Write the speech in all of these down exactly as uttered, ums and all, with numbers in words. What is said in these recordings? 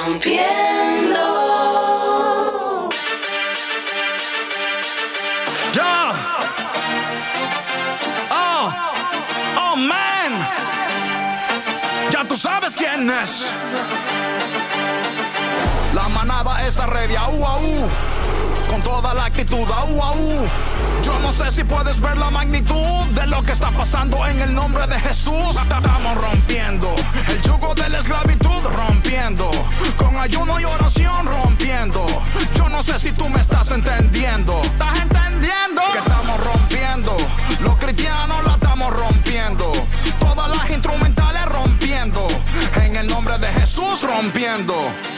rompiendo. Ya. Oh, oh man. Ya tú sabes quién es. La manada está ready, au, au. Con toda la actitud, au, au. Yo no sé si puedes ver la magnitud de lo que está pasando en el nombre de Jesús. Estamos rompiendo el yugo de la esclavitud, rompiendo con ayuno y oración, rompiendo. Yo no sé si tú me estás entendiendo. ¿Estás entendiendo? Que estamos rompiendo. Los cristianos la estamos rompiendo. Todas las instrumentales rompiendo. En el nombre de Jesús rompiendo.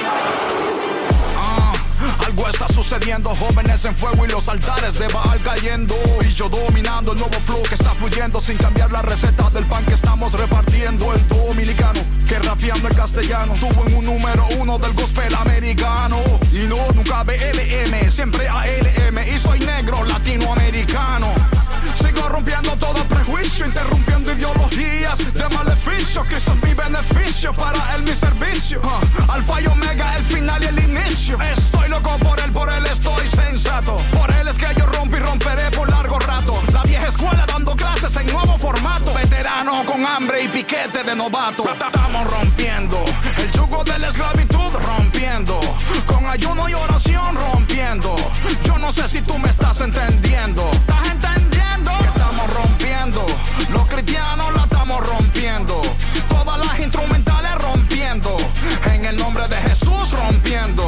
Algo está sucediendo, jóvenes en fuego y los altares de Baal cayendo. Y yo dominando el nuevo flow que está fluyendo sin cambiar la receta del pan que estamos repartiendo. El dominicano que rapeando en castellano estuvo en un número uno del gospel americano. Y no, nunca B L M, siempre A L M. Y soy negro latinoamericano. Sigo rompiendo todo prejuicio, interrumpiendo ideologías de maleficio. Cristo es mi beneficio, para él mi servicio. uh, Alfa y Omega, el final y el inicio. Estoy loco por él, por él estoy sensato. Por él es que yo rompo y romperé por largo rato. La vieja escuela dando clases en nuevo formato. Veterano con hambre y piquete de novato. Estamos rompiendo el yugo de la esclavitud, rompiendo con ayuno y oración, rompiendo. Yo no sé si tú me estás entendiendo. ¿Estás entendiendo? Que estamos rompiendo. Los cristianos la estamos rompiendo. Todas las instrumentales rompiendo. En el nombre de Jesús rompiendo.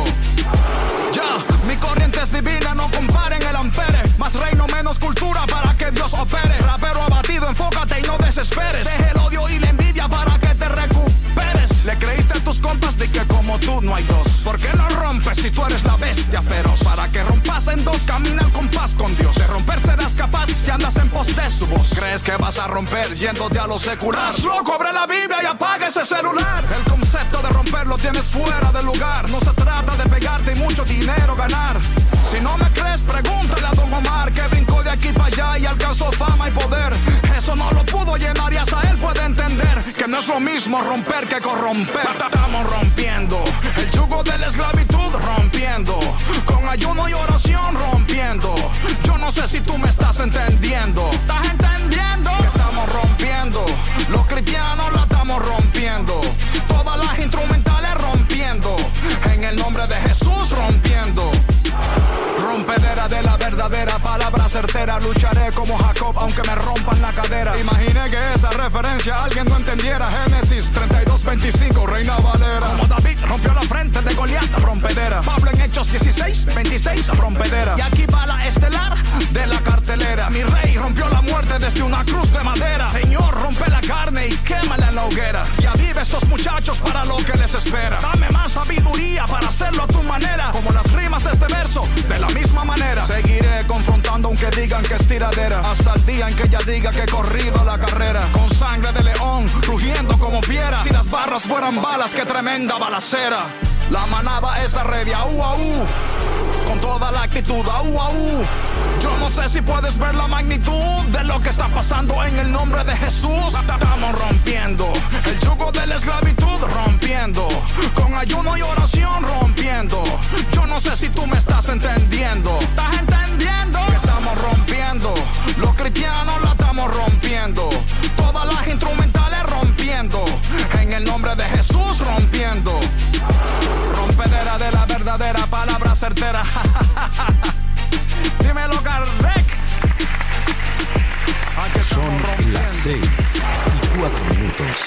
Ya, mi corriente es divina, no comparen el ampere. Más reino, menos cultura para que Dios opere. Rapero abatido, enfócate y no desesperes. Deje el odio y la envidia para que te recuperes. Le creíste a tus compas de que como tú no hay dos. ¿Por qué no rompes si tú eres la bestia feroz? Para que rompas en dos, camina al compás con Dios. De romper serás capaz si andas en pos de su voz. ¿Crees que vas a romper yéndote a lo secular? ¡Estás loco! Abre la Biblia y apaga ese celular. El concepto de romper lo tienes fuera de lugar. No se trata de pegarte y mucho dinero ganar. Si no me crees, pregúntale a Don Omar, que brincó de aquí para allá y alcanzó fama y poder. Eso no lo pudo llenar y hasta él puede entender que no es lo mismo romper que corromper. Estamos rompiendo el yugo de la esclavitud, rompiendo con ayuno y oración, rompiendo. Yo no sé si tú me estás entendiendo. ¿Estás entendiendo? Que estamos rompiendo. Los cristianos la estamos rompiendo. Todas las instrumentales rompiendo. En el nombre de Jesús rompiendo. Rompedera de la verdadera palabra certera. Lucharé como Jacob aunque me rompan la cadera. Imaginé que esa referencia alguien no entendiera. Génesis treinta y dos veinticinco, Reina Valera. Como David rompió la frente de Goliat, rompedera. Pablo en Hechos dieciséis veintiséis, rompedera. Y aquí va la estelar de la cartelera. Mi rey rompió la muerte desde una cruz de madera. Señor, rompe la carne y quémala en la hoguera. Y aviva estos muchachos para lo que les espera. Dame más sabiduría para hacerlo a tu manera. Como las rimas de este verso, de la misma manera. Seguiré confrontando aunque digan que es tiradera. Hasta el día en que ella diga que he corrido la carrera. Con sangre de león, rugiendo como fiera. Si las barras fueran balas, qué tremenda balacera. La manada está ready, au, au. Con toda la actitud, au, au. Yo no sé si puedes ver la magnitud de lo que está pasando en el nombre de Jesús. Estamos rompiendo el yugo de la esclavitud, rompiendo con ayuno y oración, rompiendo. Yo no sé si tú me estás entendiendo. ¿Estás entendiendo? Que estamos rompiendo. Los cristianos la estamos rompiendo. Todas las instrumentales rompiendo. En el nombre de Jesús rompiendo. Rompedera de la verdadera palabra certera. Dímelo, Kardec. Son las seis y cuatro minutos.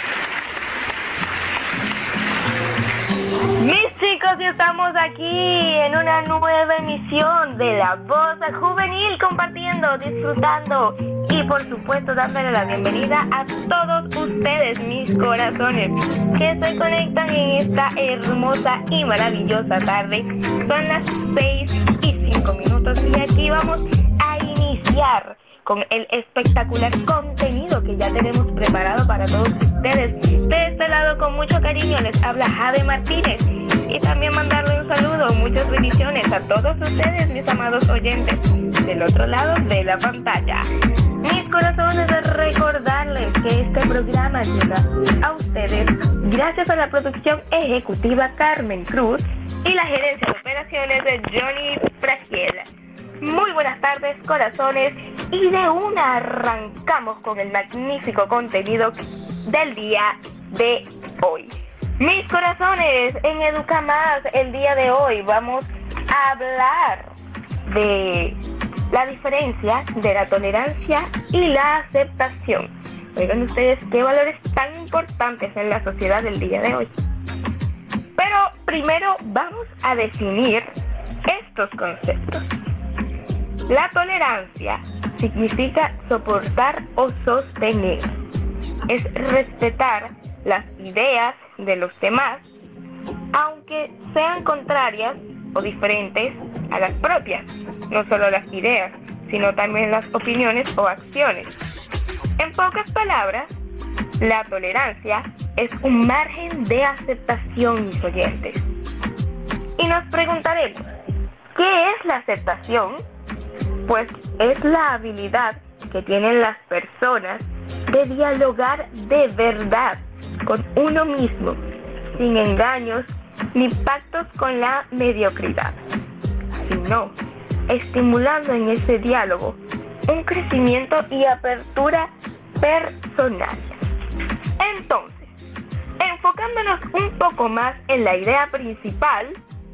Mis chicos, y estamos aquí en una nueva emisión de La Voz Juvenil, compartiendo, disfrutando y por supuesto dándole la bienvenida a todos ustedes, mis corazones, que se conectan en esta hermosa y maravillosa tarde. Son las seis y cinco minutos y aquí vamos a iniciar con el espectacular contenido que ya tenemos preparado para todos ustedes. De este lado, con mucho cariño, les habla Jade Martínez. Y también mandarle un saludo, muchas bendiciones a todos ustedes, mis amados oyentes, del otro lado de la pantalla. Mis Mis corazones, de recordarles que este programa llega a ustedes gracias a la producción ejecutiva Carmen Cruz y la gerencia de operaciones de Johnny Fragiela. Muy buenas tardes, corazones, y de una arrancamos con el magnífico contenido del día de hoy. Mis corazones, en Educa Más, el día de hoy vamos a hablar de la diferencia de la tolerancia y la aceptación. Oigan ustedes qué valores tan importantes en la sociedad del día de hoy. Pero primero vamos a definir estos conceptos. La tolerancia significa soportar o sostener. Es respetar las ideas de los demás, aunque sean contrarias o diferentes a las propias. No solo las ideas, sino también las opiniones o acciones. En pocas palabras, la tolerancia es un margen de aceptación, mis oyentes. Y nos preguntaremos, ¿qué es la aceptación? Pues es la habilidad que tienen las personas de dialogar de verdad con uno mismo, sin engaños ni pactos con la mediocridad, sino estimulando en ese diálogo un crecimiento y apertura personal. Entonces, enfocándonos un poco más en la idea principal,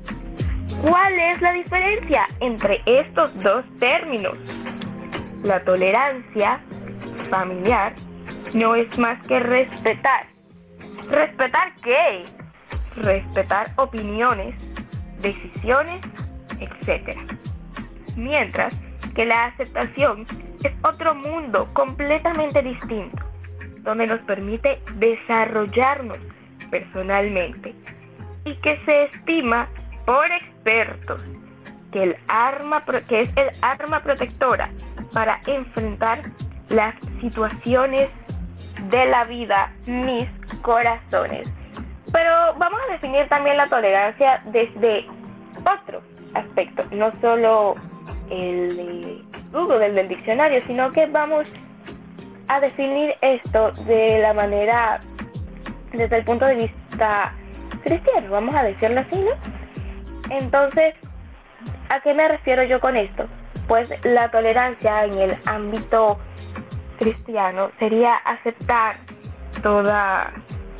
¿cuál es la diferencia entre estos dos términos? La tolerancia familiar no es más que respetar. ¿Respetar qué? Respetar opiniones, decisiones, etcétera. Mientras que la aceptación es otro mundo completamente distinto, donde nos permite desarrollarnos personalmente y que se estima por expertos que, el arma, que es el arma protectora para enfrentar las situaciones de la vida, mis corazones. Pero vamos a definir también la tolerancia desde otro aspecto, no solo el de Google, el del diccionario, sino que vamos a definir esto de la manera, desde el punto de vista cristiano, vamos a decirlo así, ¿no? Entonces, ¿a qué me refiero yo con esto? Pues la tolerancia en el ámbito cristiano sería aceptar toda,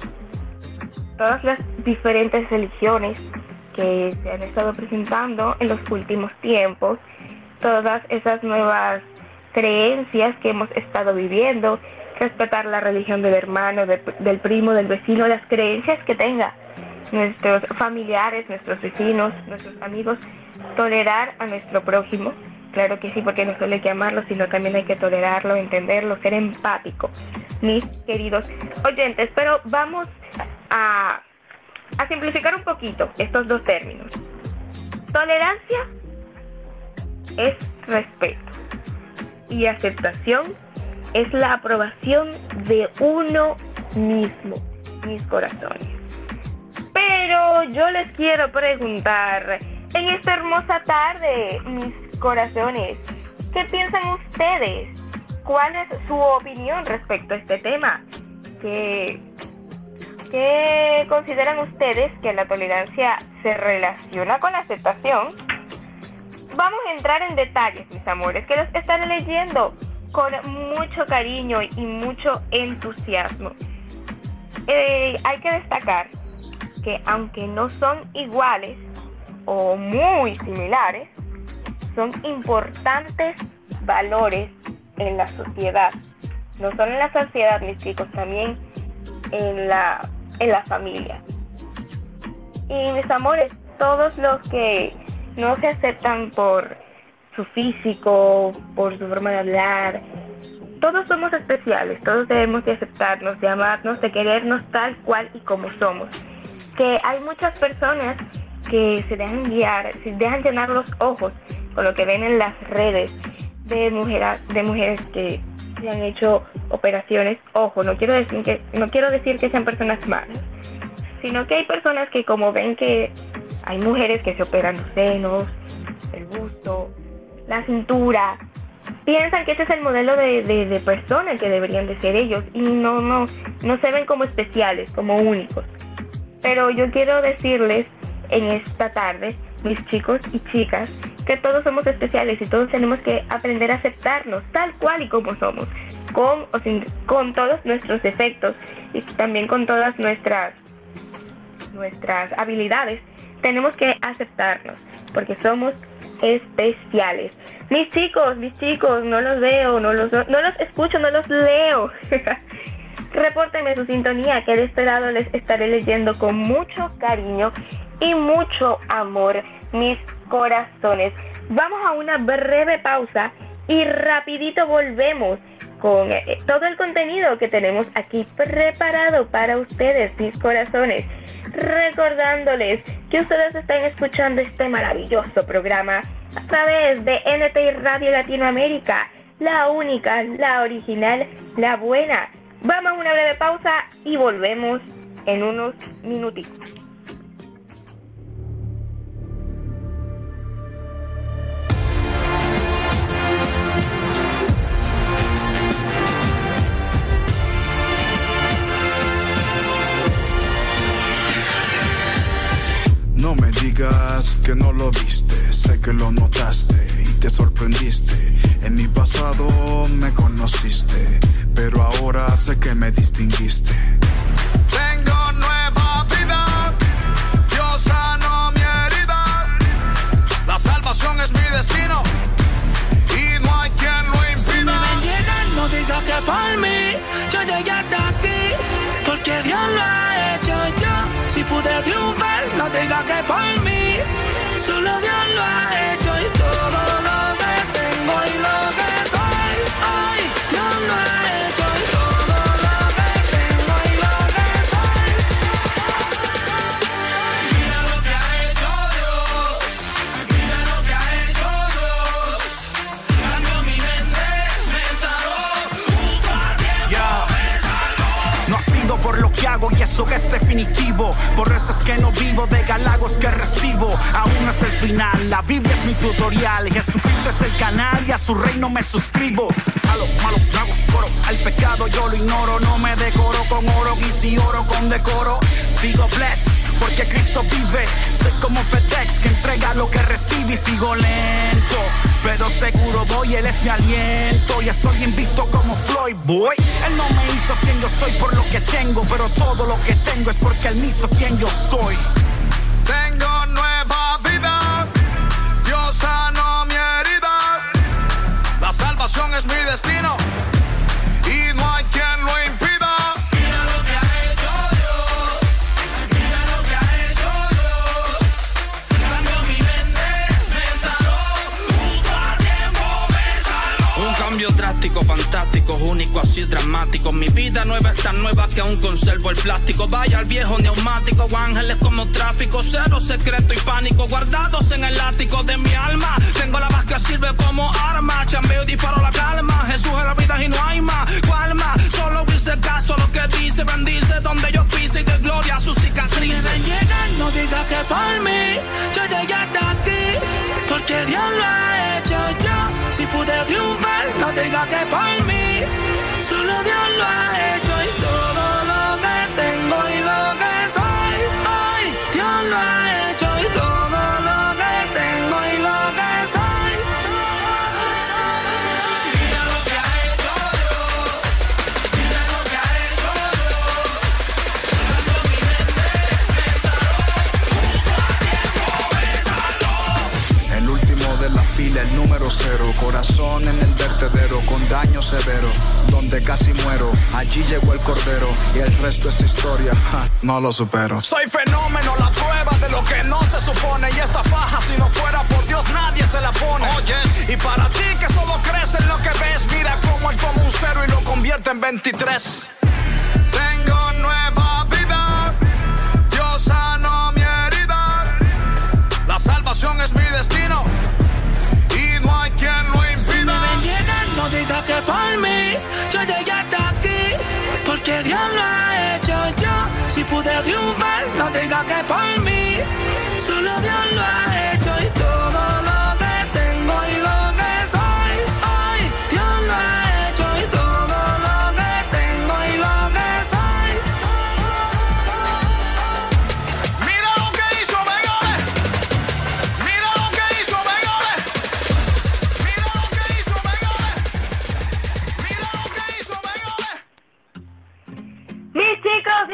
todas las diferentes religiones que se han estado presentando en los últimos tiempos, todas esas nuevas creencias que hemos estado viviendo, respetar la religión del hermano, de, del primo, del vecino, las creencias que tenga nuestros familiares, nuestros vecinos, nuestros amigos, tolerar a nuestro prójimo. Claro que sí, porque no solo hay que amarlo, sino también hay que tolerarlo, entenderlo, ser empático, mis queridos oyentes. Pero vamos a, a simplificar un poquito estos dos términos. Tolerancia es respeto y aceptación es la aprobación de uno mismo, mis corazones. Pero yo les quiero preguntar en esta hermosa tarde, mis corazones, ¿qué piensan ustedes? ¿Cuál es su opinión respecto a este tema? ¿Qué, qué consideran ustedes que la tolerancia se relaciona con la aceptación? Vamos a entrar en detalles, mis amores, que los estaré leyendo con mucho cariño y mucho entusiasmo. Eh, hay que destacar que aunque no son iguales o muy similares, son importantes valores en la sociedad. No solo en la sociedad, mis chicos, también en la, en la familia. Y mis amores, todos los que no se aceptan por su físico, por su forma de hablar, todos somos especiales, todos debemos de aceptarnos, de amarnos, de querernos tal cual y como somos. Que hay muchas personas que se dejan guiar, se dejan llenar los ojos con lo que ven en las redes de mujeres, de mujeres que se han hecho operaciones. Ojo, no quiero decir que no quiero decir que sean personas malas, sino que hay personas que como ven que hay mujeres que se operan los senos, el busto, la cintura, piensan que ese es el modelo de, de, de persona que deberían de ser ellos y no, no, no se ven como especiales, como únicos. Pero yo quiero decirles en esta tarde, mis chicos y chicas, que todos somos especiales y todos tenemos que aprender a aceptarnos tal cual y como somos, con o sin, con todos nuestros defectos y también con todas nuestras nuestras habilidades. Tenemos que aceptarnos porque somos especiales. Mis chicos, mis chicos, no los veo, no los, no los escucho, no los leo. Repórtenme su sintonía, que de este lado les estaré leyendo con mucho cariño y mucho amor, mis corazones. Vamos a una breve pausa y rapidito volvemos con eh, todo el contenido que tenemos aquí preparado para ustedes, mis corazones. Recordándoles que ustedes están escuchando este maravilloso programa a través de N T I Radio Latinoamérica, la única, la original, la buena. Vamos a una breve pausa y volvemos en unos minutitos. No me digas que no lo viste, sé que lo notaste y te sorprendiste. En mi pasado me conociste, pero ahora sé que me distinguiste. Tengo nueva vida, Dios sanó mi herida. La salvación es mi destino y no hay quien lo impida. Si me ven llegar, no digas que por mí yo llegué hasta aquí, porque Dios lo ha hecho yo. Si pude triunfar, no digas que por mí, solo Dios lo ha hecho y todo lo que tengo y lo que soy, ay, Dios lo ha hecho y todo lo que tengo y lo que soy. Mira lo que ha hecho Dios, mira lo que ha hecho Dios, cambió mi mente, me sanó, justo a tiempo yeah. me salvó. No ha sido por lo que hago y eso que es definitivo. Por eso es que no vivo de galagos que recibo. Aún no es el final, la Biblia es mi tutorial. Jesucristo es el canal y a su reino me suscribo. A lo malo hago coro, al pecado yo lo ignoro. No me decoro con oro y si oro con decoro. Sigo blessed porque Cristo vive. Soy como FedEx que entrega lo que recibe y sigo lento, pero seguro voy, Él es mi aliento. Y estoy invicto como Floyd Boy. Él no me hizo quien yo soy por lo que tengo, pero todo lo que tengo es porque Él me hizo quien yo soy. Tengo nueva vida, Dios sanó mi herida. La salvación es mi destino y no hay quien lo impida. Mira lo que ha hecho Dios, mira lo que ha hecho Dios, cambió mi mente, me sanó, justo a tiempo me salvó. Un cambio drástico, fantástico, único, así dramático. Mi vida nueva es tan nueva que aún conservo el plástico. Vaya al viejo neumático, ángeles como tráfico, cero secreto y pánico guardados en el ático de mi alma. Tengo la paz que sirve como arma, chambeo y disparo la calma. Jesús es la vida y no hay más. ¿Cuál más? Solo hice caso a lo que dice, bendice donde yo pise y de gloria a sus cicatrices. Si me ven llegar, no digas que por mí yo llegué hasta aquí, porque Dios lo ha hecho yo. Si pude triunfar, no digas que por mí, solo Dios lo ha hecho y todo lo que tengo y lo que soy, ay, Dios lo ha hecho y todo lo que tengo y lo que soy. Mira lo que ha hecho Dios, mira lo que ha hecho Dios, cambió mi mente, me salvó, justo a tiempo me salvó. El último de la fila, el número cero. Corazón en el vertedero con daño severo, donde casi muero, allí llegó el cordero y el resto es historia, ja, no lo supero. Soy fenómeno, la prueba de lo que no se supone. Y esta faja, si no fuera por Dios, nadie se la pone. Oye, y para ti que solo crees en lo que ves, mira cómo él toma un cero y lo convierte en veintitrés. Tengo nueva vida, Dios sanó mi herida. La salvación es mi destino y no hay quien lo impida. Si me ven llegar, no digas que por mí yo llegué hasta aquí, porque Dios lo ha hecho yo. Si pude triunfar, no digas que por mí, solo Dios lo ha hecho y todo lo que tengo y lo que soy, ay,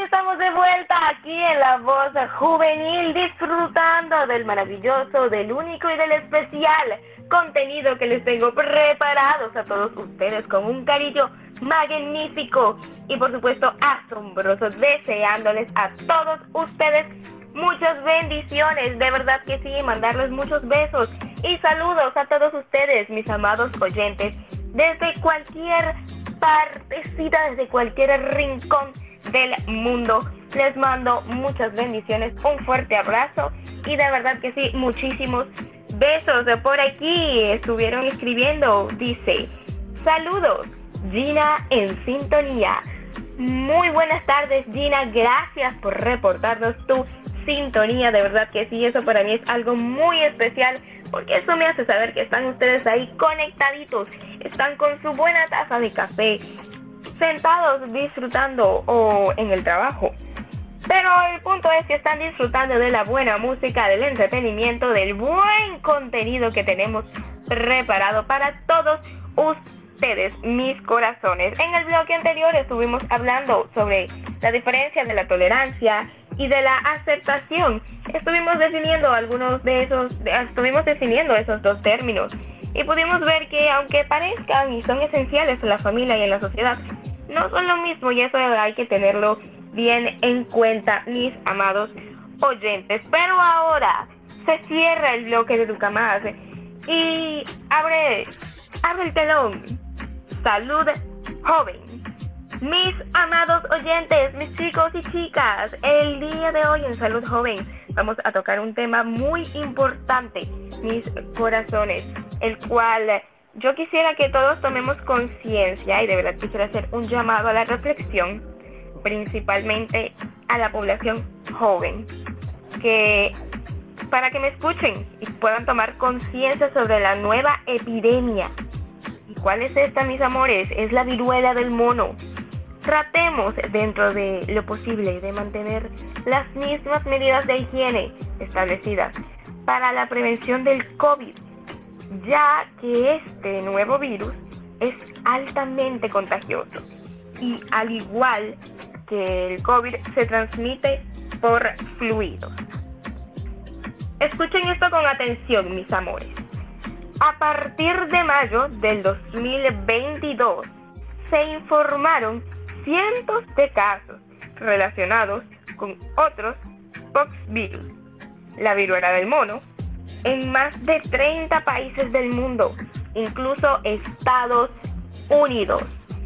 estamos de vuelta aquí en La Voz Juvenil, disfrutando del maravilloso, del único y del especial contenido que les tengo preparados a todos ustedes con un cariño magnífico y por supuesto asombroso, deseándoles a todos ustedes muchas bendiciones, de verdad que sí, mandarles muchos besos y saludos a todos ustedes, mis amados oyentes, desde cualquier partecita, desde cualquier rincón del mundo. Les mando muchas bendiciones, un fuerte abrazo y de verdad que sí, muchísimos besos. Por aquí estuvieron escribiendo, dice, saludos, Gina en sintonía. Muy buenas tardes, Gina, gracias por reportarnos tu sintonía, de verdad que sí, eso para mí es algo muy especial, porque eso me hace saber que están ustedes ahí conectaditos, están con su buena taza de café, sentados disfrutando o en el trabajo. Pero el punto es que están disfrutando de la buena música, del entretenimiento, del buen contenido que tenemos preparado para todos ustedes, mis corazones. En el bloque anterior estuvimos hablando sobre la diferencia de la tolerancia y de la aceptación. Estuvimos definiendo algunos de esos, estuvimos definiendo esos dos términos y pudimos ver que aunque parezcan y son esenciales en la familia y en la sociedad, no son lo mismo y eso hay que tenerlo bien en cuenta, mis amados oyentes. Pero ahora se cierra el bloque de Ducamás y abre, abre el telón. Salud joven. Mis amados oyentes, mis chicos y chicas, el día de hoy en Salud Joven vamos a tocar un tema muy importante, mis corazones, el cual yo quisiera que todos tomemos conciencia y de verdad quisiera hacer un llamado a la reflexión, principalmente a la población joven, que para que me escuchen y puedan tomar conciencia sobre la nueva epidemia. ¿Y cuál es esta, mis amores? Es la viruela del mono. Tratemos dentro de lo posible de mantener las mismas medidas de higiene establecidas para la prevención del COVID, ya que este nuevo virus es altamente contagioso y al igual que el COVID se transmite por fluidos. Escuchen esto con atención, mis amores. A partir de mayo del dos mil veintidós se informaron cientos de casos relacionados con otros poxvirus, la viruela del mono, en más de treinta países del mundo, incluso Estados Unidos.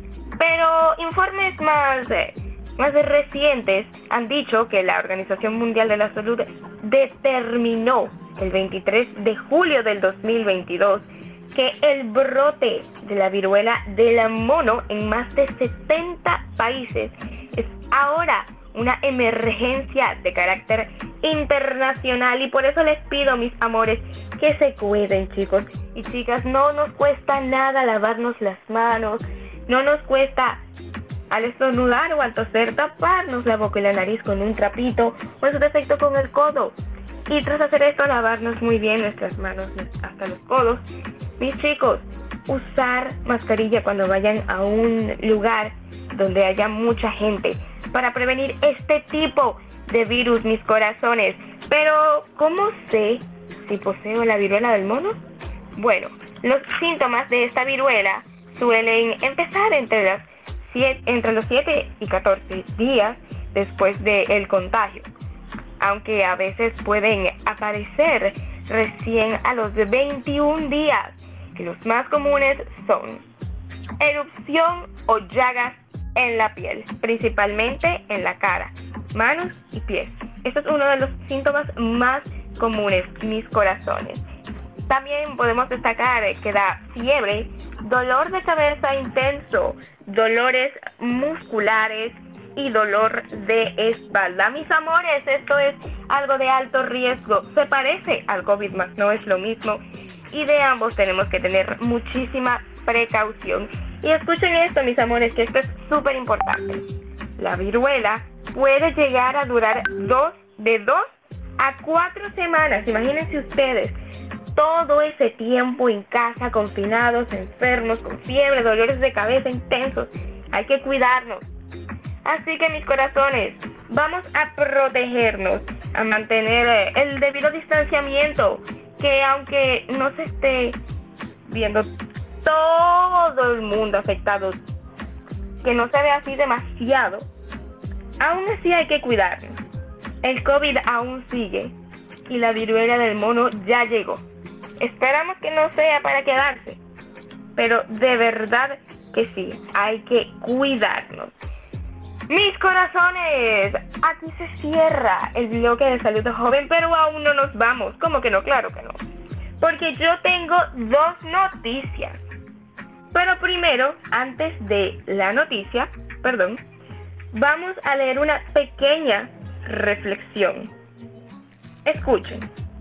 Pero informes más, eh, más recientes han dicho que la Organización Mundial de la Salud determinó el veintitrés de julio del dos mil veintidós que el brote de la viruela del mono en más de setenta países es ahora una emergencia de carácter internacional y por eso les pido, mis amores, que se cuiden, chicos y chicas. No nos cuesta nada lavarnos las manos, no nos cuesta al estornudar o al toser taparnos la boca y la nariz con un trapito o en su defecto con el codo. Y tras hacer esto, lavarnos muy bien nuestras manos hasta los codos. Mis chicos, usar mascarilla cuando vayan a un lugar donde haya mucha gente para prevenir este tipo de virus, mis corazones. Pero, ¿cómo sé si poseo la viruela del mono? Bueno, los síntomas de esta viruela suelen empezar entre, las siete, entre los siete y catorce días después del contagio, aunque a veces pueden aparecer recién a los veintiún días, que los más comunes son erupción o llagas en la piel, principalmente en la cara, manos y pies. Este es uno de los síntomas más comunes, mis corazones. También podemos destacar que da fiebre, dolor de cabeza intenso, dolores musculares y dolor de espalda. Mis amores, esto es algo de alto riesgo. Se parece al COVID, mas no es lo mismo. Y de ambos tenemos que tener muchísima precaución. Y escuchen esto, mis amores, que esto es súper importante. La viruela puede llegar a durar dos, de dos a cuatro semanas. Imagínense ustedes, todo ese tiempo en casa, confinados, enfermos, con fiebre, dolores de cabeza intensos. Hay que cuidarnos. Así que mis corazones, vamos a protegernos, a mantener el debido distanciamiento, que aunque no se esté viendo todo el mundo afectado, que no se ve así demasiado, aún así hay que cuidarnos. El COVID aún sigue y la viruela del mono ya llegó. Esperamos que no sea para quedarse, pero de verdad que sí, hay que cuidarnos. Mis corazones, aquí se cierra el bloque de Salud Joven, pero aún no nos vamos. ¿Cómo que no? Claro que no. Porque yo tengo dos noticias. Pero primero, antes de la noticia, perdón, vamos a leer una pequeña reflexión. Escuchen.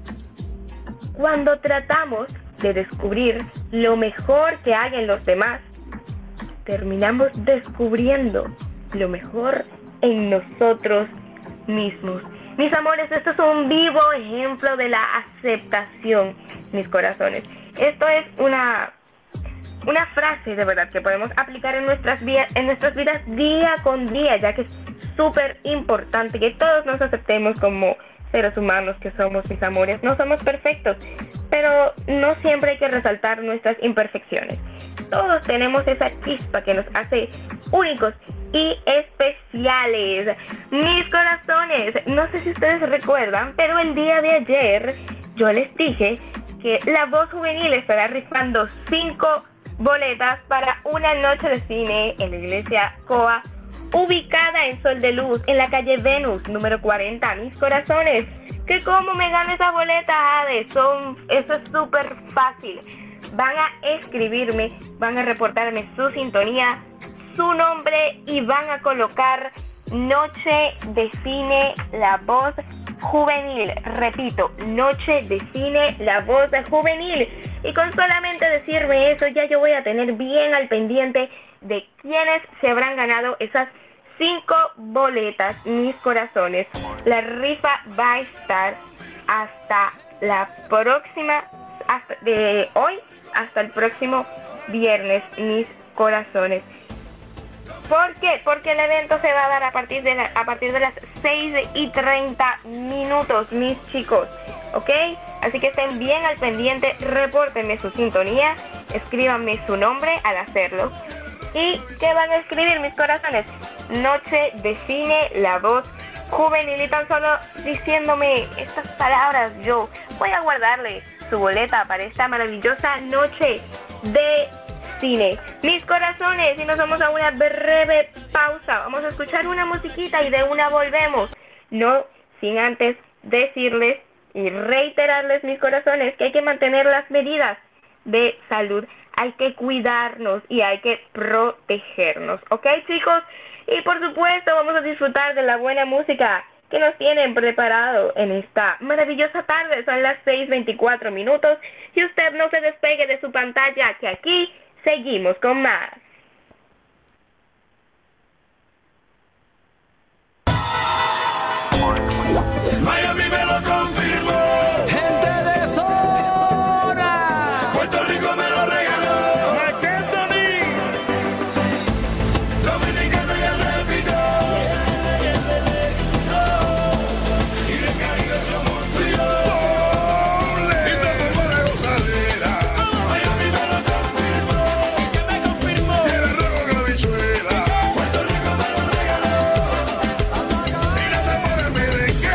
Cuando tratamos de descubrir lo mejor que hay en los demás, terminamos descubriendo lo mejor en nosotros mismos. Mis amores, esto es un vivo ejemplo de la aceptación, mis corazones. Esto es una, una frase de verdad que podemos aplicar en nuestras, vidas, en nuestras vidas día con día, ya que es súper importante que todos nos aceptemos como seres humanos que somos, mis amores. No somos perfectos, pero no siempre hay que resaltar nuestras imperfecciones. Todos tenemos esa chispa que nos hace únicos y especiales. Mis corazones, no sé si ustedes recuerdan, pero el día de ayer yo les dije que La Voz Juvenil estará rifando cinco boletas para una noche de cine en la iglesia Coa, ubicada en Sol de Luz, en la calle Venus, número cuarenta. Mis corazones, que cómo me gano esa boleta, Ade, son, eso es súper fácil. Van a escribirme, van a reportarme su sintonía, su nombre y van a colocar Noche de Cine La Voz Juvenil. Repito, Noche de Cine La Voz Juvenil. Y con solamente decirme eso, ya yo voy a tener bien al pendiente de quienes se habrán ganado esas cinco boletas, mis corazones. La rifa va a estar hasta la próxima, hasta de hoy hasta el próximo viernes, mis corazones. ¿Por qué? Porque el evento se va a dar a partir de, la, a partir de las seis y treinta minutos, mis chicos, ¿ok? Así que estén bien al pendiente, repórtenme su sintonía, escríbanme su nombre al hacerlo. ¿Y qué van a escribir, mis corazones? Noche de Cine La Voz Juvenil, y tan solo diciéndome estas palabras, yo voy a guardarle su boleta para esta maravillosa noche de cine. Mis corazones, y nos vamos a una breve pausa. Vamos a escuchar una musiquita y de una volvemos. No sin antes decirles y reiterarles, mis corazones, que hay que mantener las medidas de salud. Hay que cuidarnos y hay que protegernos. ¿Ok, chicos? Y por supuesto vamos a disfrutar de la buena música que nos tienen preparado en esta maravillosa tarde. Son las seis veinticuatro minutos y usted no se despegue de su pantalla, que aquí seguimos con más. Miami me lo confirmó. Gente de zona. Puerto Rico me lo regaló. Marc Anthony. Dominicano ya repito. Y del Caribe somos tú y yo. Y se tomó la gozadera. Miami me lo confirmó. ¿Qué me confirmó? Y el rojo con habichuela. Puerto Rico me lo regaló. Y no te mueres, miren que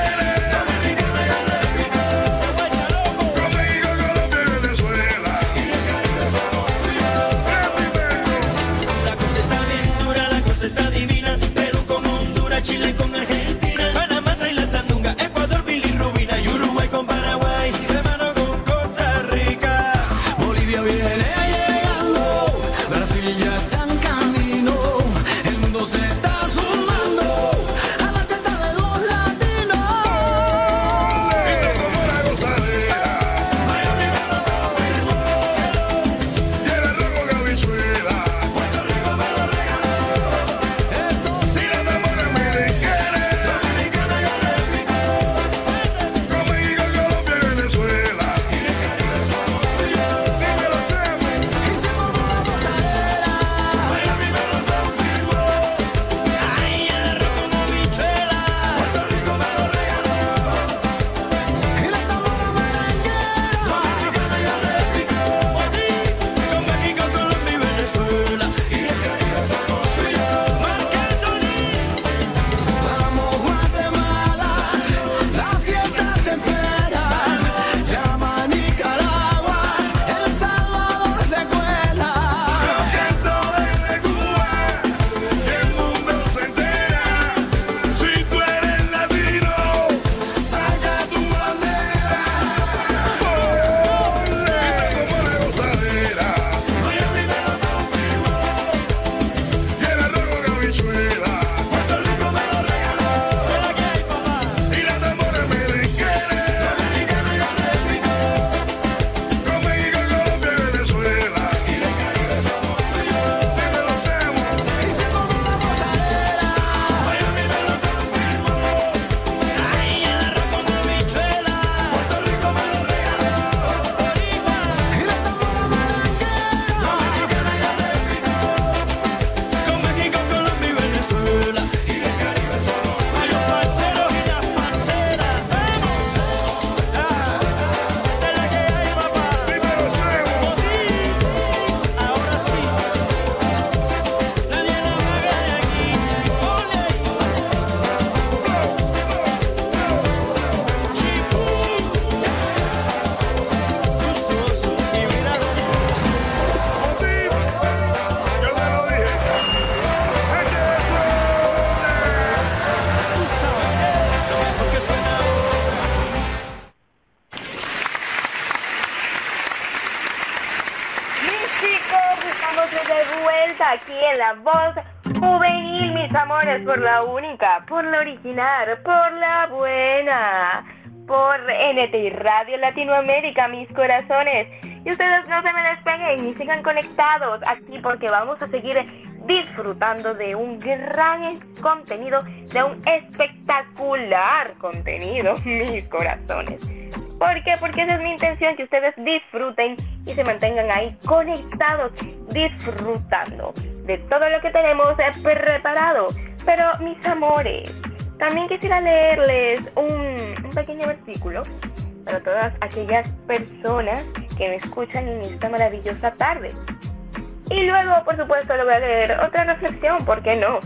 Chile con Argentina, Panamá trae la sandunga, Ecuador, bilirrubina y Uruguay con Paraguay, de mano con Costa Rica. Bolivia viene llegando, Brasil ya está en camino, el mundo se está sumando a la fiesta de los latinos. Y se tomó la gozadera. Miami me lo confirmó. Y el rojo con habichuela. Puerto Rico me lo regaló. Esto sí. Y no te mueres, miren que aquí en La Voz Juvenil, mis amores, por la única, por la original, por la buena, por N T I Radio Latinoamérica, mis corazones. Y ustedes no se me despeguen y sigan conectados aquí porque vamos a seguir disfrutando de un gran contenido, de un espectacular contenido, mis corazones. ¿Por qué? Porque esa es mi intención, que ustedes disfruten y se mantengan ahí conectados, disfrutando de todo lo que tenemos preparado. Pero, mis amores, también quisiera leerles un, un pequeño versículo para todas aquellas personas que me escuchan en esta maravillosa tarde. Y luego, por supuesto, le voy a leer otra reflexión, ¿por qué no?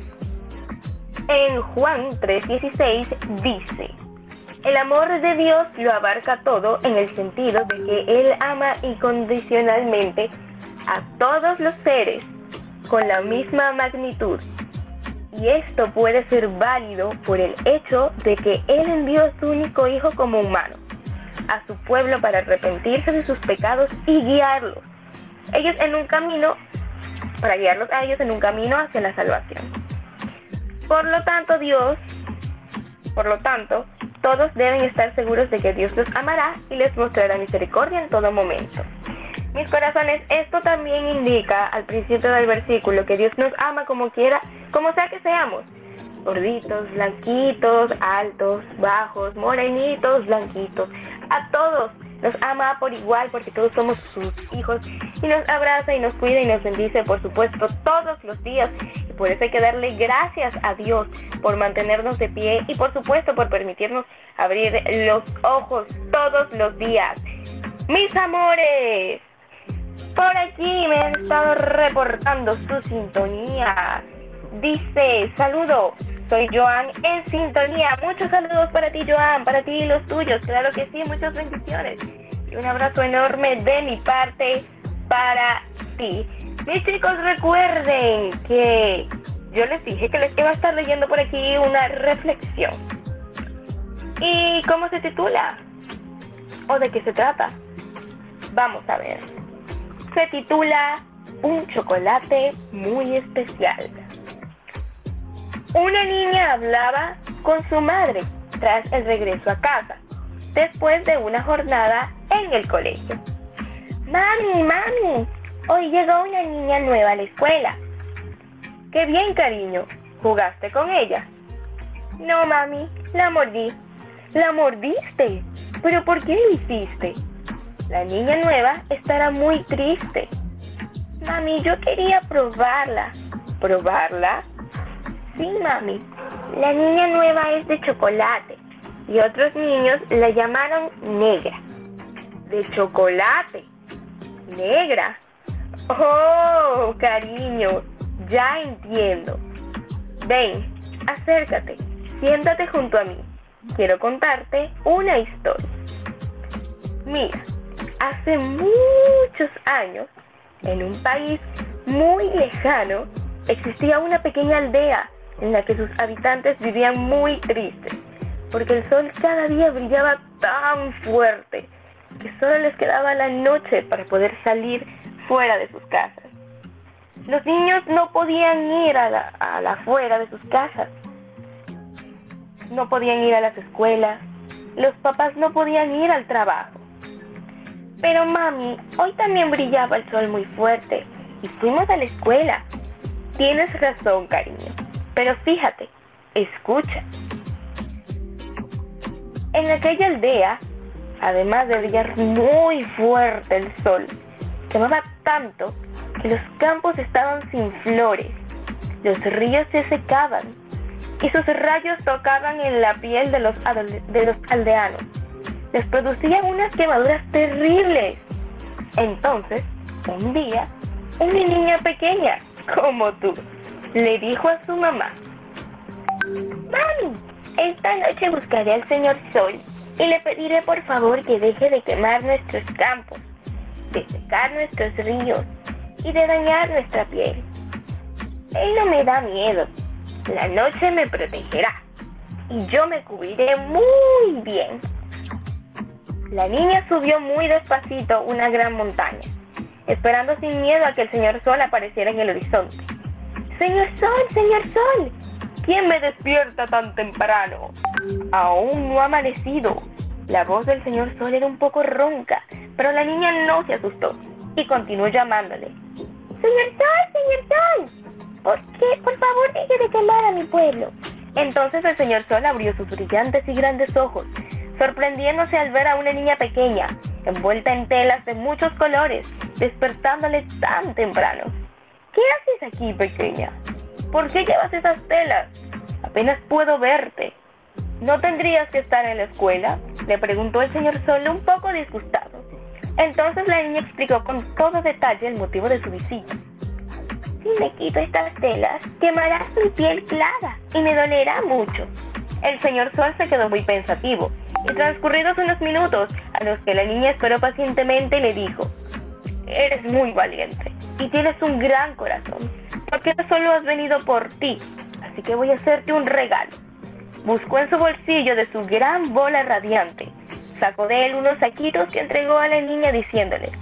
En Juan tres dieciséis dice: el amor de Dios lo abarca todo en el sentido de que Él ama incondicionalmente a todos los seres con la misma magnitud. Y esto puede ser válido por el hecho de que Él envió a su único Hijo como humano a su pueblo para arrepentirse de sus pecados y guiarlos. Ellos en un camino, para guiarlos a ellos en un camino hacia la salvación. Por lo tanto, Dios, por lo tanto, todos deben estar seguros de que Dios los amará y les mostrará misericordia en todo momento. Mis corazones, esto también indica al principio del versículo que Dios nos ama como quiera, como sea que seamos. Gorditos, blanquitos, altos, bajos, morenitos, blanquitos. A todos nos ama por igual porque todos somos sus hijos y nos abraza y nos cuida y nos bendice, por supuesto, todos los días. Y por eso hay que darle gracias a Dios por mantenernos de pie y por supuesto por permitirnos abrir los ojos todos los días. Mis amores, por aquí me han estado reportando su sintonía. Dice: saludo, soy Joan en sintonía. Muchos saludos para ti, Joan, para ti y los tuyos. Claro que sí, muchas bendiciones. Y un abrazo enorme de mi parte para ti. Mis chicos, recuerden que yo les dije que les iba a estar leyendo por aquí una reflexión. ¿Y cómo se titula? ¿O de qué se trata? Vamos a ver. Se titula Un chocolate muy especial. Una niña hablaba con su madre tras el regreso a casa, después de una jornada en el colegio. Mami, mami, hoy llegó una niña nueva a la escuela. Qué bien, cariño, ¿jugaste con ella? No, mami, la mordí. ¿La mordiste? ¿Pero por qué lo hiciste? La niña nueva estará muy triste. Mami, yo quería probarla. ¿Probarla? Sí, mami. La niña nueva es de chocolate y otros niños la llamaron negra. ¿De chocolate? ¿Negra? Oh, cariño, ya entiendo. Ven, acércate, siéntate junto a mí. Quiero contarte una historia. Mira, hace muchos años, en un país muy lejano, existía una pequeña aldea en la que sus habitantes vivían muy tristes, porque el sol cada día brillaba tan fuerte que solo les quedaba la noche para poder salir fuera de sus casas. Los niños no podían ir a la, a la afuera de sus casas, no podían ir a las escuelas, los papás no podían ir al trabajo. Pero mami, hoy también brillaba el sol muy fuerte y fuimos a la escuela. Tienes razón, cariño, pero fíjate, escucha. En aquella aldea, además de brillar muy fuerte el sol, quemaba tanto que los campos estaban sin flores, los ríos se secaban y sus rayos tocaban en la piel de los, adole- de los aldeanos. Les producían unas quemaduras terribles. Entonces, un día, una niña pequeña, como tú, le dijo a su mamá: Mami, esta noche buscaré al señor Sol y le pediré por favor que deje de quemar nuestros campos, de secar nuestros ríos y de dañar nuestra piel. Él no me da miedo. La noche me protegerá y yo me cubriré muy bien. La niña subió muy despacito una gran montaña. esperando sin miedo a que el señor Sol apareciera en el horizonte. ¡Señor Sol, señor Sol! ¿Quién me despierta tan temprano? Aún no ha amanecido. La voz del señor Sol era un poco ronca, pero la niña no se asustó y continuó llamándole. ¡Señor Sol, señor Sol! ¿Por qué? Por favor, deje de quemar a mi pueblo. Entonces el señor Sol abrió sus brillantes y grandes ojos, sorprendiéndose al ver a una niña pequeña, envuelta en telas de muchos colores, despertándole tan temprano. ¿Qué haces aquí, pequeña? ¿Por qué llevas esas telas? Apenas puedo verte. ¿No tendrías que estar en la escuela?, le preguntó el señor Sol un poco disgustado. Entonces la niña explicó con todo detalle el motivo de su visita. Si me quito estas telas, quemará mi piel clara y me dolerá mucho. El señor Sol se quedó muy pensativo, y transcurridos unos minutos, a los que la niña esperó pacientemente, le dijo: eres muy valiente y tienes un gran corazón, porque no solo has venido por ti, así que voy a hacerte un regalo. Buscó en su bolsillo de su gran bola radiante, sacó de él unos saquitos que entregó a la niña diciéndole: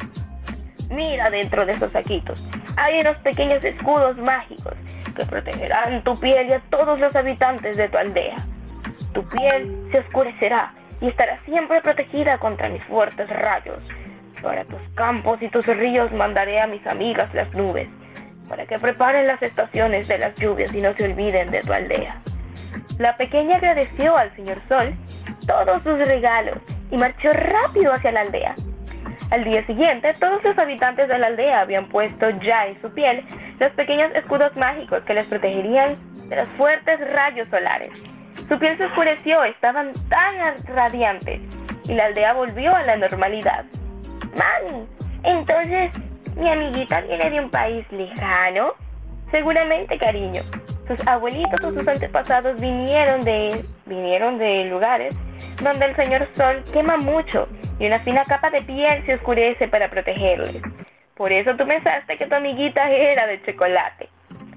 mira dentro de esos saquitos, hay unos pequeños escudos mágicos que protegerán tu piel y a todos los habitantes de tu aldea. Tu piel se oscurecerá y estará siempre protegida contra mis fuertes rayos. Para tus campos y tus ríos mandaré a mis amigas las nubes, para que preparen las estaciones de las lluvias y no se olviden de tu aldea. La pequeña agradeció al señor Sol todos sus regalos y marchó rápido hacia la aldea. Al día siguiente, todos los habitantes de la aldea habían puesto ya en su piel los pequeños escudos mágicos que les protegerían de los fuertes rayos solares. Su piel se oscureció, estaban tan radiantes, y la aldea volvió a la normalidad. Mami, entonces, ¿mi amiguita viene de un país lejano? Seguramente, cariño. Sus abuelitos o sus antepasados vinieron de, vinieron de lugares donde el señor Sol quema mucho y una fina capa de piel se oscurece para protegerles. Por eso tú pensaste que tu amiguita era de chocolate.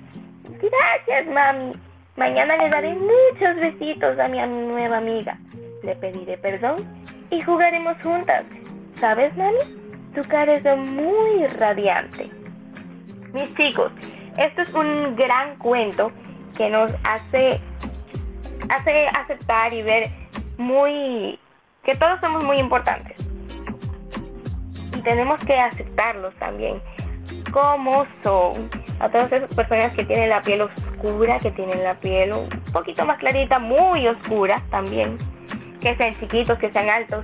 Gracias, mami. Mañana le daré muchos besitos a mi nueva amiga. Le pediré perdón y jugaremos juntas. ¿Sabes, mami? Tu cara es muy radiante. Mis chicos, esto es un gran cuento que nos hace, hace aceptar y ver muy que todos somos muy importantes. Y tenemos que aceptarlos también como son. A todas esas personas que tienen la piel oscura, que tienen la piel un poquito más clarita, muy oscura también, que sean chiquitos, que sean altos.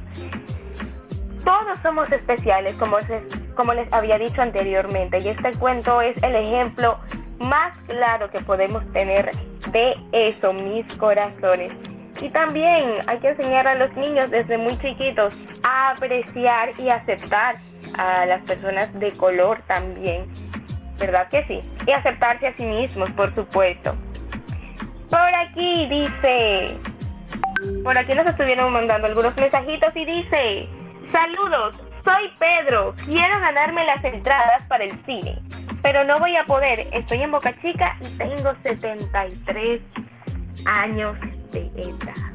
Todos somos especiales, como, se, como les había dicho anteriormente, y este cuento es el ejemplo más claro que podemos tener de eso, mis corazones. Y también hay que enseñar a los niños desde muy chiquitos a apreciar y aceptar a las personas de color también, ¿verdad que sí? Y aceptarse a sí mismos, por supuesto. Por aquí dice, por aquí nos estuvieron mandando algunos mensajitos y dice: saludos, soy Pedro, quiero ganarme las entradas para el cine, pero no voy a poder, estoy en Boca Chica y tengo setenta y tres años de edad.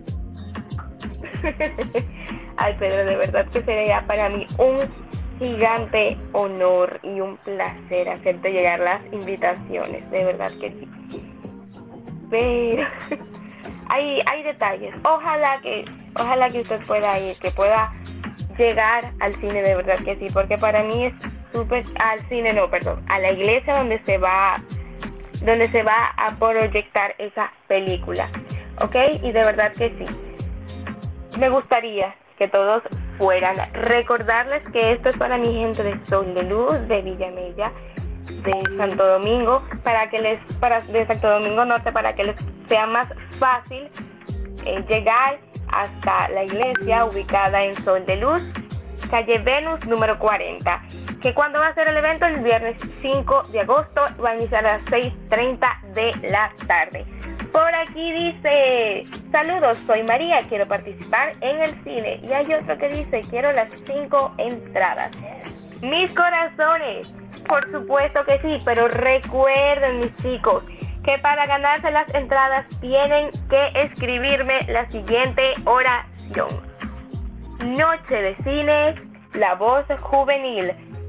Ay, Pedro, de verdad que sería para mí un gigante honor y un placer hacerte llegar las invitaciones, de verdad que sí. Pero hay, hay detalles, ojalá que, ojalá que usted pueda ir, que pueda llegar al cine, de verdad que sí, porque para mí es súper, al cine no, perdón, a la iglesia donde se va, donde se va a proyectar esa película, ¿ok? Y de verdad que sí, me gustaría que todos fueran. Recordarles que esto es para mi gente de Sol de Luz, de Villamella, de Santo Domingo, para que les, para de Santo Domingo Norte, para que les sea más fácil eh, llegar hasta la iglesia ubicada en Sol de Luz, calle Venus número cuarenta. Que cuando va a ser el evento, el viernes cinco de agosto, va a iniciar a las seis treinta de la tarde. Por aquí dice: saludos, soy María, quiero participar en el cine. Y hay otro que dice: quiero las cinco entradas. Mis corazones, por supuesto que sí, pero recuerden, mis chicos, que para ganarse las entradas tienen que escribirme la siguiente oración: Noche de Cine, La Voz Juvenil,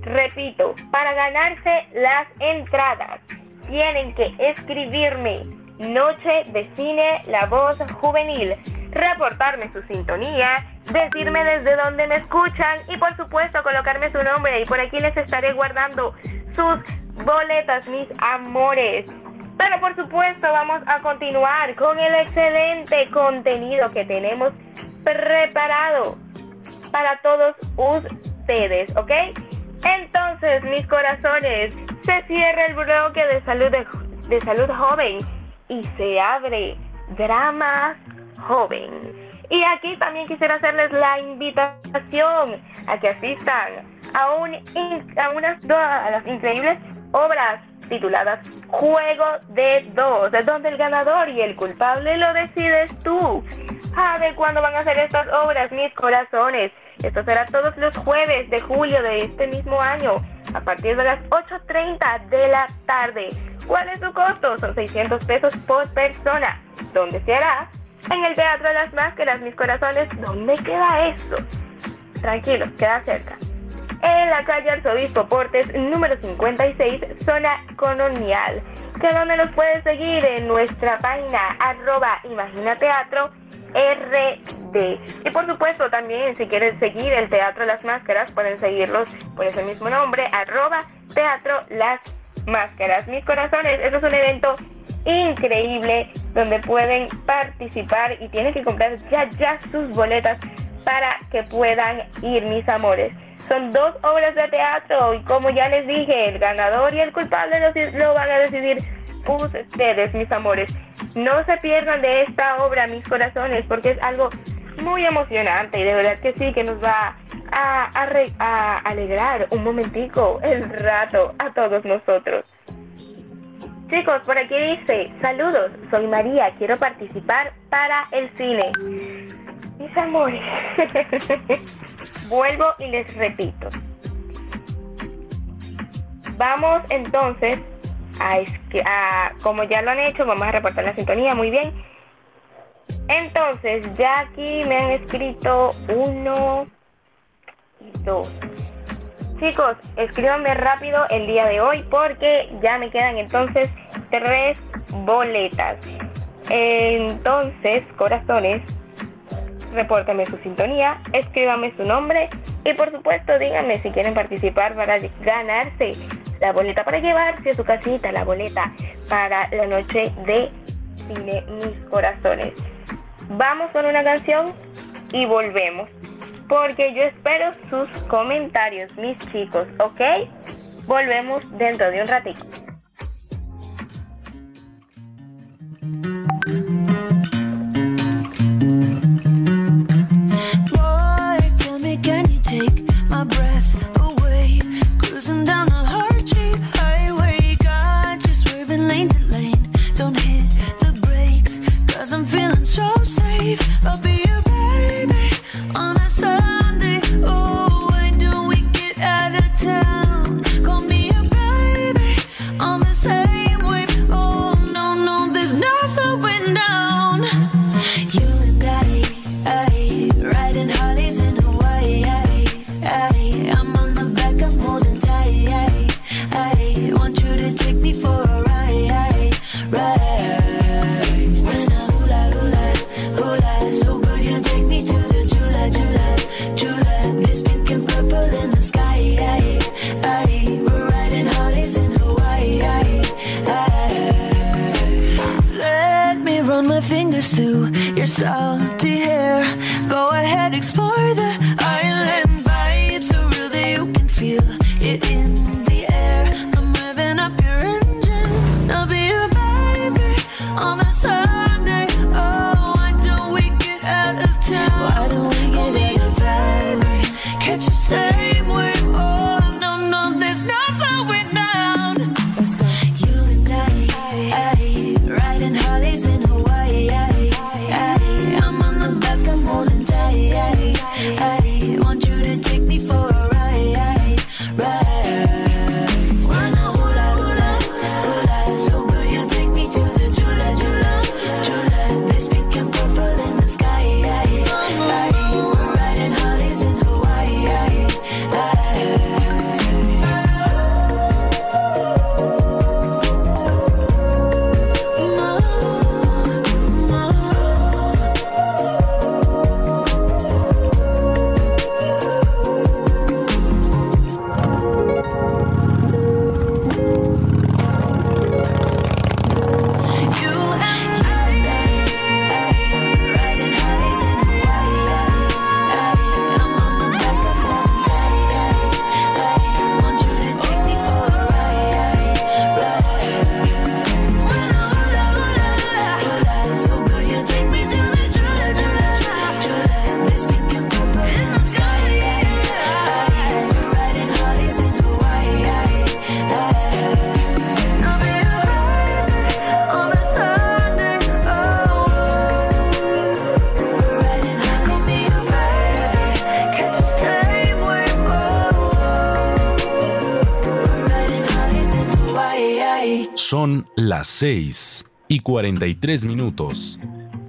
Repito, para ganarse las entradas tienen que escribirme Noche de Cine La Voz Juvenil, reportarme su sintonía, decirme desde dónde me escuchan y por supuesto colocarme su nombre, y por aquí les estaré guardando sus boletas, mis amores. Pero por supuesto vamos a continuar con el excelente contenido que tenemos preparado para todos ustedes, ¿ok? Entonces, mis corazones, se cierra el bloque de salud, de, de salud joven y se abre Drama Joven. Y aquí también quisiera hacerles la invitación a que asistan a, un, a unas a las increíbles obras tituladas Juego de Dos, donde el ganador y el culpable lo decides tú. A ver cuándo van a hacer estas obras, mis corazones. Esto será todos los jueves de julio de este mismo año, a partir de las ocho treinta de la tarde. ¿Cuál es su costo? Son seiscientos pesos por persona. ¿Dónde se hará? En el Teatro de las Máscaras, mis corazones. ¿Dónde queda esto? Tranquilos, queda cerca. En la calle Arzobispo Portes, número cincuenta y seis, zona colonial. Que donde nos pueden seguir en nuestra página, arroba imaginateatro R D. Y por supuesto también, si quieren seguir el Teatro de las Máscaras, pueden seguirlos por ese mismo nombre, arroba Teatro Las Máscaras. Mis corazones, eso es un evento increíble donde pueden participar y tienen que comprar ya ya sus boletas para que puedan ir, mis amores. Son dos obras de teatro y como ya les dije, el ganador y el culpable lo, lo van a decidir ustedes, mis amores. No se pierdan de esta obra, mis corazones, porque es algo muy emocionante y de verdad que sí, que nos va a, a, re, a alegrar un momentico el rato a todos nosotros. Chicos, por aquí dice: saludos, soy María, quiero participar para el cine. Mis amores, vuelvo y les repito. Vamos entonces a, a, como ya lo han hecho, vamos a reportar la sintonía, muy bien. Entonces, ya aquí me han escrito uno y dos. Chicos, escríbanme rápido el día de hoy porque ya me quedan entonces tres boletas. Entonces, corazones, repórtenme su sintonía, escríbanme su nombre y por supuesto díganme si quieren participar para ganarse la boleta, para llevarse a su casita la boleta para la noche de cine, mis corazones. Vamos con una canción y volvemos, porque yo espero sus comentarios, mis chicos, ¿ok? Volvemos dentro de un ratito. I'll be your baby on a Sunday. Oh, why don't we get out of town? Call me your baby on the same wave. Oh, no, no, there's no slowing down. You and I, I riding Harleys in Hawaii. I, I, I'm on the back, I'm holding tight. I, I want you to take me for a ride, ride. Through your salty hair, go ahead, explore the island vibe, so real that you can feel it in the air. I'm revving up your engine, I'll be your baby on a Sunday. Oh, why don't we get out of town? Why don't we get out of town? Catch the same wave. Oh, no, no, there's no slowing down. Let's go. You and I, I riding Harleys in Hawaii. I, I'm on the back, I'm holding tight. I, Son las seis y cuarenta y tres minutos.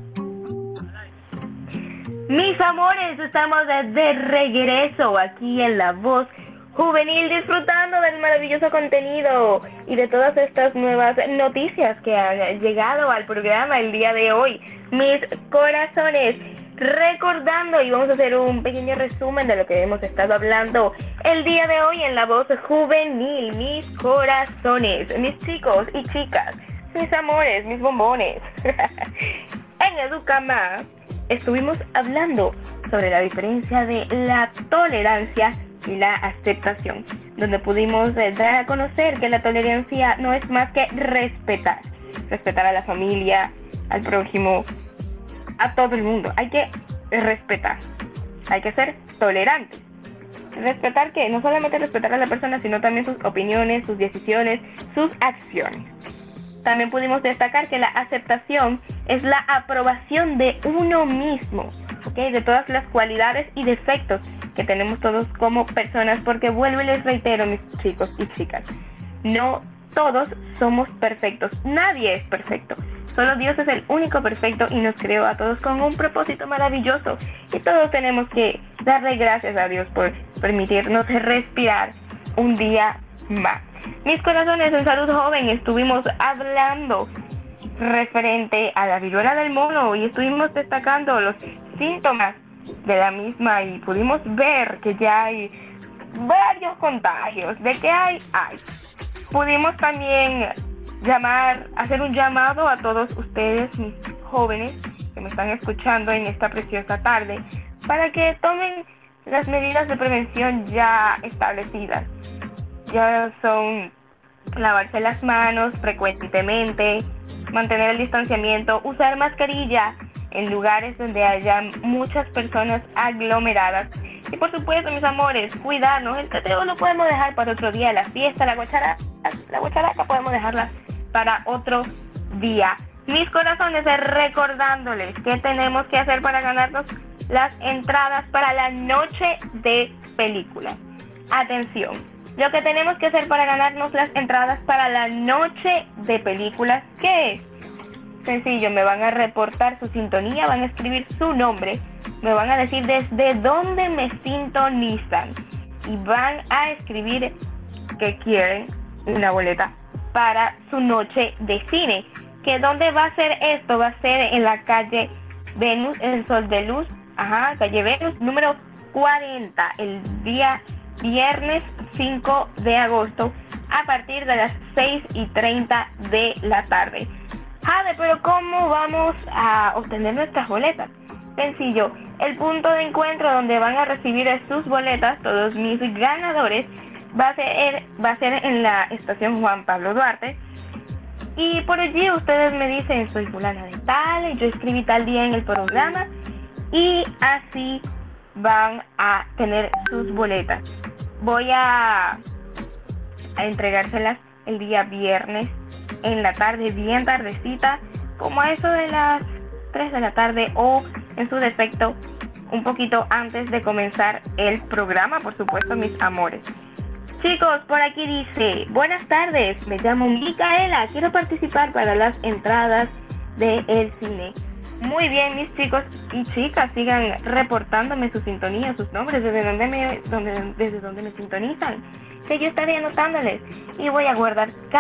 Mis amores, estamos de, de regreso aquí en La Voz Juvenil, disfrutando del maravilloso contenido y de todas estas nuevas noticias que han llegado al programa el día de hoy. Mis corazones, recordando, y vamos a hacer un pequeño resumen de lo que hemos estado hablando el día de hoy en La Voz Juvenil. Mis corazones, mis chicos y chicas, mis amores, mis bombones. En Educama estuvimos hablando sobre la diferencia de la tolerancia y la aceptación, donde pudimos eh, dar a conocer que la tolerancia no es más que respetar, respetar a la familia, al prójimo, a todo el mundo. Hay que respetar, hay que ser tolerantes. Respetar que no solamente respetar a la persona, sino también sus opiniones, sus decisiones, sus acciones. También pudimos destacar que la aceptación es la aprobación de uno mismo, ¿ok? De todas las cualidades y defectos que tenemos todos como personas, porque vuelvo y les reitero, mis chicos y chicas, no todos somos perfectos, nadie es perfecto, solo Dios es el único perfecto y nos creó a todos con un propósito maravilloso, y todos tenemos que darle gracias a Dios por permitirnos respirar un día más. Mis corazones, en Salud Joven estuvimos hablando referente a la viruela del mono y estuvimos destacando los síntomas de la misma y pudimos ver que ya hay varios contagios. ¿De qué hay? Hay. Pudimos también llamar, hacer un llamado a todos ustedes, mis jóvenes que me están escuchando en esta preciosa tarde, para que tomen las medidas de prevención ya establecidas. Ya son lavarse las manos frecuentemente, mantener el distanciamiento, usar mascarilla en lugares donde haya muchas personas aglomeradas. Y por supuesto, mis amores, cuidarnos. El teteo lo podemos dejar para otro día, la fiesta, la guacharaca, la guacharaca podemos dejarla para otro día. Mis corazones, recordándoles qué tenemos que hacer para ganarnos las entradas para la noche de películas. Atención. Lo que tenemos que hacer para ganarnos las entradas para la noche de películas, ¿qué es? Sencillo, me van a reportar su sintonía, van a escribir su nombre, me van a decir desde dónde me sintonizan y van a escribir que quieren una boleta para su noche de cine. ¿Que dónde va a ser esto? Va a ser en la calle Venus, en Sol de Luz, ajá, calle Venus, número cuarenta, el día viernes cinco de agosto a partir de las seis y treinta de la tarde. Jade, pero ¿cómo vamos a obtener nuestras boletas? Sencillo, el punto de encuentro donde van a recibir sus boletas, todos mis ganadores, va a ser, va a ser en la estación Juan Pablo Duarte. Y por allí ustedes me dicen, soy fulana de tal, yo escribí tal día en el programa, y así van a tener sus boletas. Voy a, a entregárselas el día viernes en la tarde, bien tardecita, como a eso de las tres de la tarde o en su defecto un poquito antes de comenzar el programa, por supuesto, mis amores. Chicos, por aquí dice, buenas tardes, me llamo Micaela, quiero participar para las entradas del cine. Muy bien, mis chicos y chicas, sigan reportándome su sintonía, sus nombres, desde donde me, donde, desde donde me sintonizan, que yo estaré anotándoles y voy a guardar cada...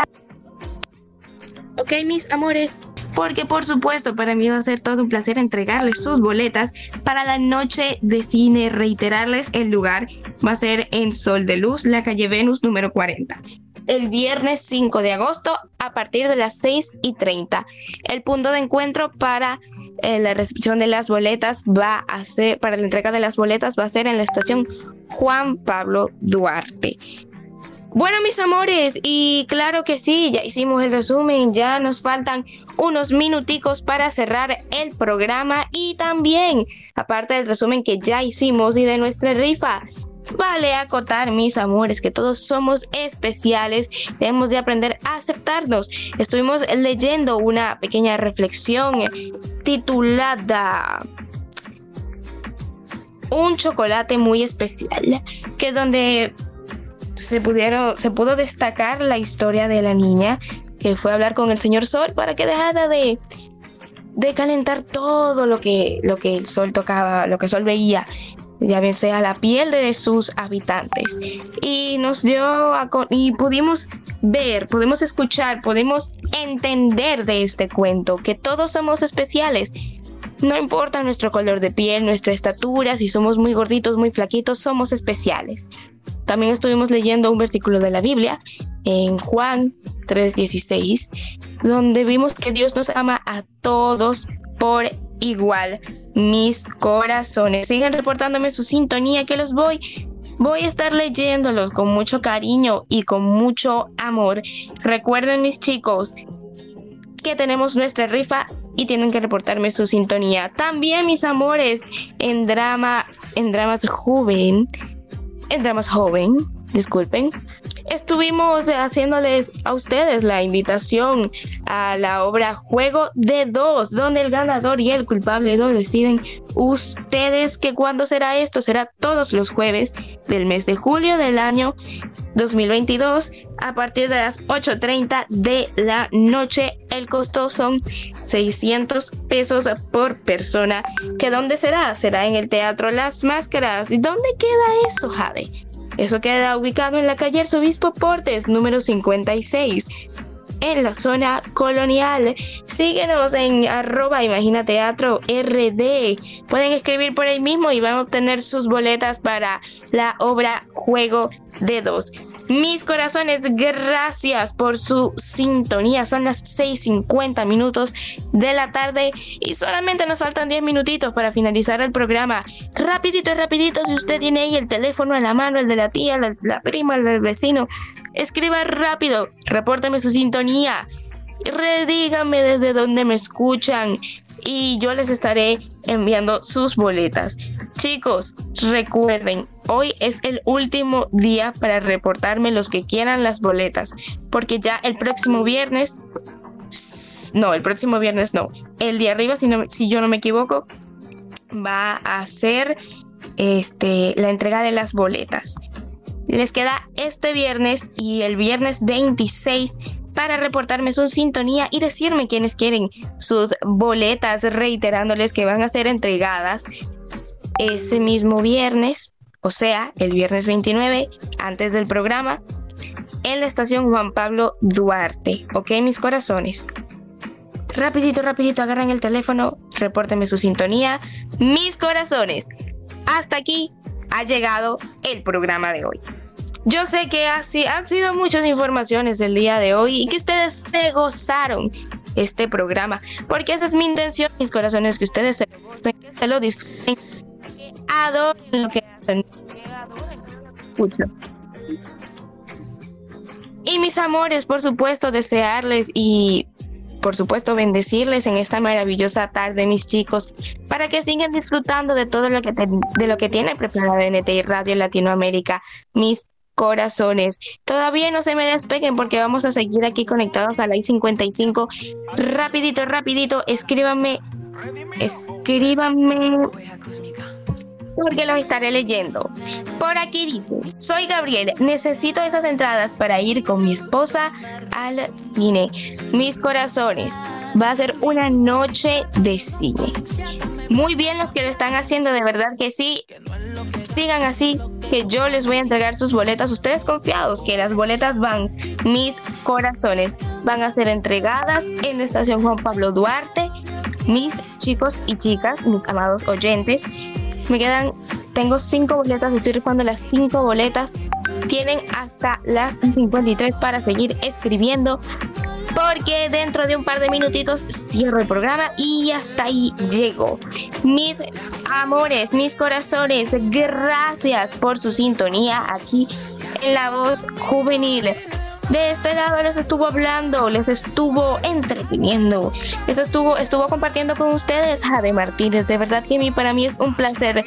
Ok, mis amores, porque por supuesto para mí va a ser todo un placer entregarles sus boletas para la noche de cine. Reiterarles el lugar, va a ser en Sol de Luz, la calle Venus número cuarenta. El viernes cinco de agosto a partir de las seis y treinta. El punto de encuentro para eh, la recepción de las boletas va a ser, para la entrega de las boletas va a ser en la estación Juan Pablo Duarte. Bueno, mis amores, y claro que sí, ya hicimos el resumen, ya nos faltan unos minuticos para cerrar el programa y también, aparte del resumen que ya hicimos y de nuestra rifa, vale acotar, mis amores, que todos somos especiales, debemos de aprender a aceptarnos. Estuvimos leyendo una pequeña reflexión titulada Un chocolate muy especial, que donde se pudieron, se pudo destacar la historia de la niña que fue a hablar con el señor Sol para que dejara de, de calentar todo lo que, lo que el Sol tocaba, lo que el Sol veía, ya bien sea la piel de sus habitantes. Y nos dio a, y pudimos ver, pudimos escuchar, pudimos entender de este cuento que todos somos especiales. No importa nuestro color de piel, nuestra estatura, si somos muy gorditos, muy flaquitos, somos especiales. También estuvimos leyendo un versículo de la Biblia en Juan tres dieciséis, donde vimos que Dios nos ama a todos por igual. Mis corazones, sigan reportándome su sintonía, que los voy voy a estar leyéndolos con mucho cariño y con mucho amor. Recuerden, mis chicos, que tenemos nuestra rifa y tienen que reportarme su sintonía. También, mis amores, en drama, en dramas joven, en dramas joven, disculpen, estuvimos haciéndoles a ustedes la invitación a la obra Juego de Dos, donde el ganador y el culpable lo deciden ustedes. ¿Que cuándo será esto? Será todos los jueves del mes de julio del año dos mil veintidós a partir de las ocho treinta de la noche. El costo son seiscientos pesos por persona. ¿Que dónde será? Será en el Teatro Las Máscaras. ¿Y dónde queda eso, Jade? Eso queda ubicado en la calle Arzobispo Portes, número cincuenta y seis, en la zona colonial. Síguenos en arroba imaginateatro rd. Pueden escribir por ahí mismo y van a obtener sus boletas para la obra Juego de Dos. Mis corazones, gracias por su sintonía. Son las seis cincuenta minutos de la tarde y solamente nos faltan diez minutitos para finalizar el programa. Rapidito, rapidito, si usted tiene ahí el teléfono en la mano, el de la tía, la, la prima, el del vecino, escriba rápido, repórteme su sintonía, redígame desde dónde me escuchan y yo les estaré enviando sus boletas. Chicos, recuerden, hoy es el último día para reportarme los que quieran las boletas, porque ya el próximo viernes, no, el próximo viernes no, el de arriba, si, no, si yo no me equivoco, va a ser este, la entrega de las boletas. Les queda este viernes y el viernes veintiséis para reportarme su sintonía y decirme quiénes quieren sus boletas, reiterándoles que van a ser entregadas ese mismo viernes, o sea, el viernes veintinueve, antes del programa, en la estación Juan Pablo Duarte. ¿Ok, mis corazones? Rapidito, rapidito, agarran el teléfono, repórtenme su sintonía. Mis corazones, hasta aquí ha llegado el programa de hoy. Yo sé que así han sido muchas informaciones el día de hoy y que ustedes se gozaron este programa, porque esa es mi intención, mis corazones, que ustedes se gocen, que se lo disfruten, que adoren lo que hacen, que adoren lo que escuchan. Y mis amores, por supuesto, desearles y por supuesto bendecirles en esta maravillosa tarde, mis chicos, para que sigan disfrutando de todo lo que te, de lo que tiene preparado N T I Radio Latinoamérica, mis corazones. Todavía no se me despeguen porque vamos a seguir aquí conectados a la I cincuenta y cinco. Rapidito, rapidito, escríbanme, escríbanme, porque los estaré leyendo. Por aquí dice: soy Gabriel, necesito esas entradas para ir con mi esposa al cine. Mis corazones, va a ser una noche de cine. Muy bien los que lo están haciendo, de verdad que sí. Sigan así, que yo les voy a entregar sus boletas. Ustedes confiados que las boletas van, mis corazones, van a ser entregadas en la estación Juan Pablo Duarte. Mis chicos y chicas, mis amados oyentes, me quedan, tengo cinco boletas, estoy rifando las cinco boletas. Tienen hasta las cincuenta y tres para seguir escribiendo, porque dentro de un par de minutitos cierro el programa y hasta ahí llego. Mis amores, mis corazones, gracias por su sintonía aquí en La Voz Juvenil. De este lado les estuvo hablando, les estuvo entreteniendo, les estuvo, estuvo compartiendo con ustedes Jade Martínez. De verdad que a mí, para mí es un placer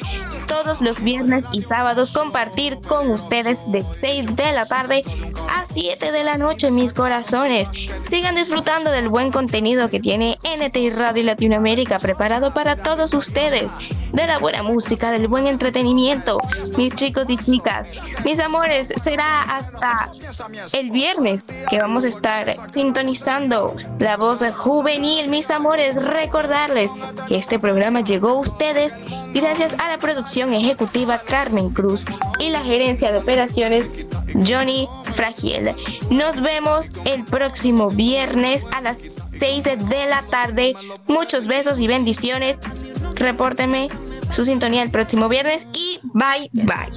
todos los viernes y sábados compartir con ustedes de seis de la tarde a siete de la noche, mis corazones. Sigan disfrutando del buen contenido que tiene N T I Radio Latinoamérica preparado para todos ustedes, de la buena música, del buen entretenimiento, mis chicos y chicas, mis amores. Será hasta el viernes que vamos a estar sintonizando La Voz Juvenil, mis amores. Recordarles que este programa llegó a ustedes gracias a la producción ejecutiva Carmen Cruz y la gerencia de operaciones Johnny Fragiel. Nos vemos el próximo viernes a las seis de la tarde. Muchos besos y bendiciones. Repórtenme su sintonía el próximo viernes y bye bye.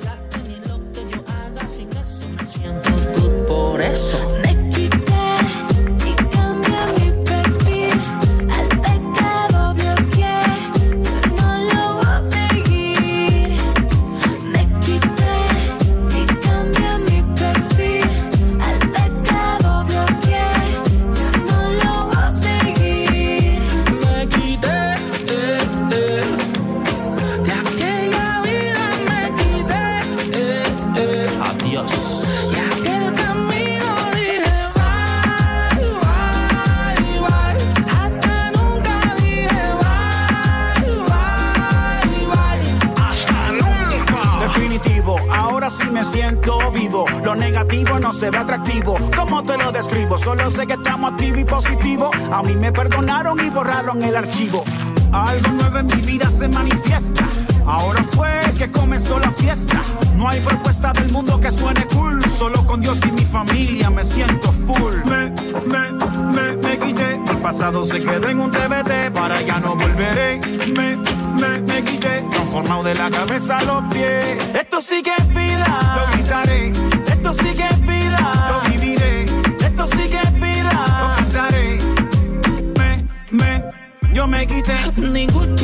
Por eso Me quité y cambié mi perfil. Al pecado bloqueé, no lo voy a seguir. Me quité y cambié mi perfil. Al pecado bloqueé, no lo voy a seguir. me quité, eh, eh. De aquella vida me quité, eh, eh. Adiós. Y aquel camino dije bye, bye, bye. Hasta nunca dije bye, bye, bye. Hasta nunca. Definitivo, ahora sí me siento vivo. Lo negativo no se ve atractivo. ¿Cómo te lo describo? Solo sé que estamos activos y positivos. A mí me perdonaron y borraron el archivo. Algo nuevo en mi vida se manifiesta. Ahora fue que comenzó la fiesta. No hay propuesta del mundo que suene cool. Solo con Dios y mi familia me siento full. Me, me, me, me quité. Mi pasado se quedó en un T B T. Para allá no volveré. Me, me, me quité. Transformado de la cabeza a los pies. Esto sí que es vida. Lo gritaré. Esto sí que es vida. Lo viviré. Esto sí que es vida. Lo cantaré. Me, me, yo me quité. Ningún